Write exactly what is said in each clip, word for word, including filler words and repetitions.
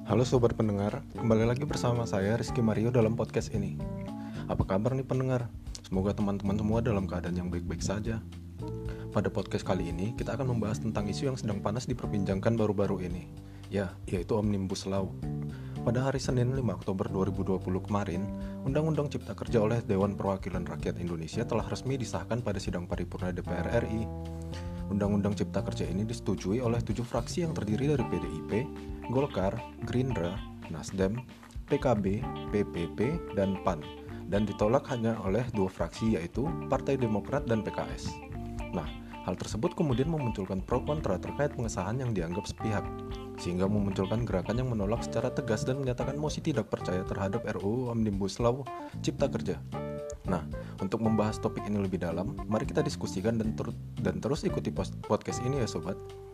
Halo sobat pendengar, kembali lagi bersama saya Rizky Mario dalam podcast ini. Apa kabar nih pendengar? Semoga teman-teman semua dalam keadaan yang baik-baik saja. Pada podcast kali ini, kita akan membahas tentang isu yang sedang panas diperbincangkan baru-baru ini. Ya, yaitu Omnibus Law. Pada hari Senin lima Oktober dua ribu dua puluh kemarin, Undang-Undang Cipta Kerja oleh Dewan Perwakilan Rakyat Indonesia telah resmi disahkan pada sidang paripurna D P R R I. Undang-Undang Cipta Kerja ini disetujui oleh tujuh fraksi yang terdiri dari P D I P, Golkar, Gerindra, Nasdem, P K B, P P P, dan P A N, dan ditolak hanya oleh dua fraksi yaitu Partai Demokrat dan P K S. Nah, hal tersebut kemudian memunculkan pro kontra terkait pengesahan yang dianggap sepihak, sehingga memunculkan gerakan yang menolak secara tegas dan menyatakan mosi tidak percaya terhadap R U U Omnibus Law Cipta Kerja. Nah, untuk membahas topik ini lebih dalam, mari kita diskusikan dan, ter- dan terus ikuti post- podcast ini ya sobat.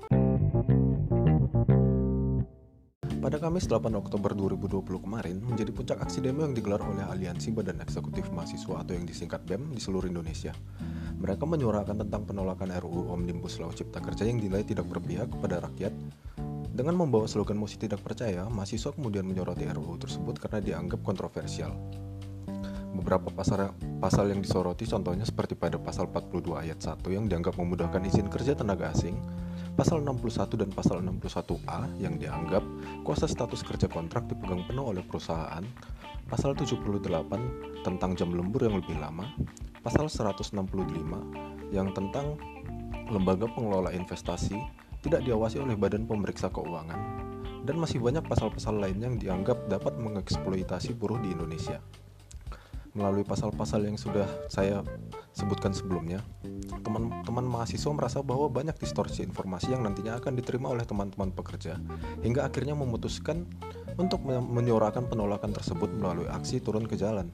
Pada Kamis delapan Oktober dua ribu dua puluh kemarin menjadi puncak aksi demo yang digelar oleh Aliansi Badan Eksekutif Mahasiswa atau yang disingkat B E M di seluruh Indonesia. Mereka menyuarakan tentang penolakan R U U Omnibus Law Cipta Kerja yang dinilai tidak berpihak kepada rakyat. Dengan membawa slogan mosi tidak percaya, mahasiswa kemudian menyoroti R U U tersebut karena dianggap kontroversial. Beberapa pasal, pasal yang disoroti contohnya seperti pada pasal empat puluh dua ayat satu yang dianggap memudahkan izin kerja tenaga asing, pasal enam puluh satu dan pasal enam puluh satu A yang dianggap kuasa status kerja kontrak dipegang penuh oleh perusahaan, pasal tujuh puluh delapan tentang jam lembur yang lebih lama, pasal seratus enam puluh lima yang tentang lembaga pengelola investasi tidak diawasi oleh badan pemeriksa keuangan, dan masih banyak pasal-pasal lain yang dianggap dapat mengeksploitasi buruh di Indonesia. Melalui pasal-pasal yang sudah saya sebutkan sebelumnya, teman-teman mahasiswa merasa bahwa banyak distorsi informasi yang nantinya akan diterima oleh teman-teman pekerja, hingga akhirnya memutuskan untuk menyuarakan penolakan tersebut melalui aksi turun ke jalan.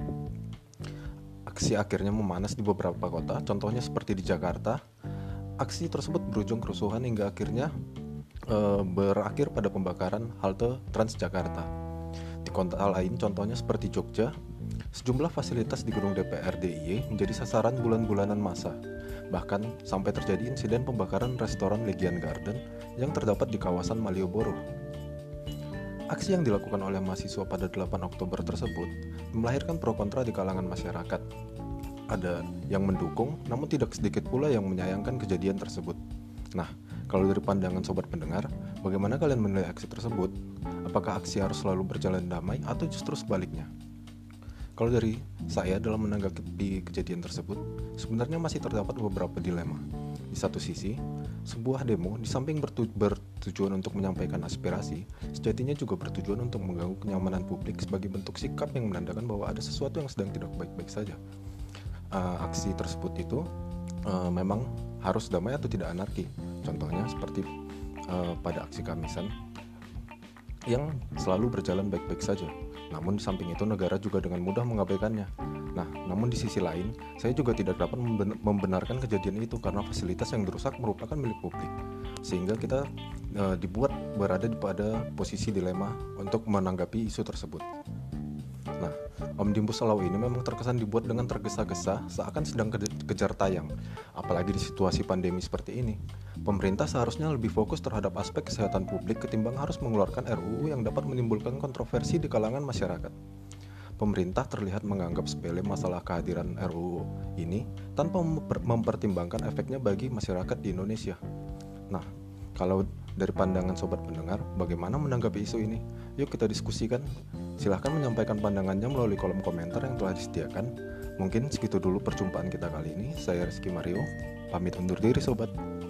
Aksi akhirnya memanas di beberapa kota, contohnya seperti di Jakarta. Aksi tersebut berujung kerusuhan hingga akhirnya e, berakhir pada pembakaran halte Transjakarta. Di kota lain, contohnya seperti Jogja, sejumlah fasilitas di gedung D P R D I Y menjadi sasaran bulan-bulanan massa. Bahkan sampai terjadi insiden pembakaran restoran Legian Garden yang terdapat di kawasan Malioboro. Aksi yang dilakukan oleh mahasiswa pada delapan Oktober tersebut melahirkan pro kontra di kalangan masyarakat. Ada yang mendukung, namun tidak sedikit pula yang menyayangkan kejadian tersebut. Nah, kalau dari pandangan sobat pendengar, bagaimana kalian menilai aksi tersebut? Apakah aksi harus selalu berjalan damai atau justru sebaliknya? Kalau dari saya dalam menanggapi kejadian tersebut, sebenarnya masih terdapat beberapa dilema. Di satu sisi, sebuah demo di samping bertu- bertujuan untuk menyampaikan aspirasi, sejatinya juga bertujuan untuk mengganggu kenyamanan publik sebagai bentuk sikap yang menandakan bahwa ada sesuatu yang sedang tidak baik-baik saja. Uh, aksi tersebut itu uh, memang harus damai atau tidak anarki. Contohnya seperti uh, pada aksi Kamisan yang selalu berjalan baik-baik saja. Namun di samping itu negara juga dengan mudah mengabaikannya. Nah, namun di sisi lain, saya juga tidak dapat membenarkan kejadian itu karena fasilitas yang dirusak merupakan milik publik. Sehingga kita e, dibuat berada pada posisi dilema untuk menanggapi isu tersebut. Nah, Omnibus Law ini memang terkesan dibuat dengan tergesa-gesa seakan sedang kejar tayang. Apalagi di situasi pandemi seperti ini. Pemerintah seharusnya lebih fokus terhadap aspek kesehatan publik ketimbang harus mengeluarkan R U U yang dapat menimbulkan kontroversi di kalangan masyarakat. Pemerintah terlihat menganggap sepele masalah kehadiran R U U ini tanpa memper- mempertimbangkan efeknya bagi masyarakat di Indonesia. Nah, kalau dari pandangan sobat pendengar, bagaimana menanggapi isu ini? Yuk kita diskusikan. Silahkan menyampaikan pandangannya melalui kolom komentar yang telah disediakan. Mungkin segitu dulu perjumpaan kita kali ini. Saya Rizky Mario, pamit undur diri sobat.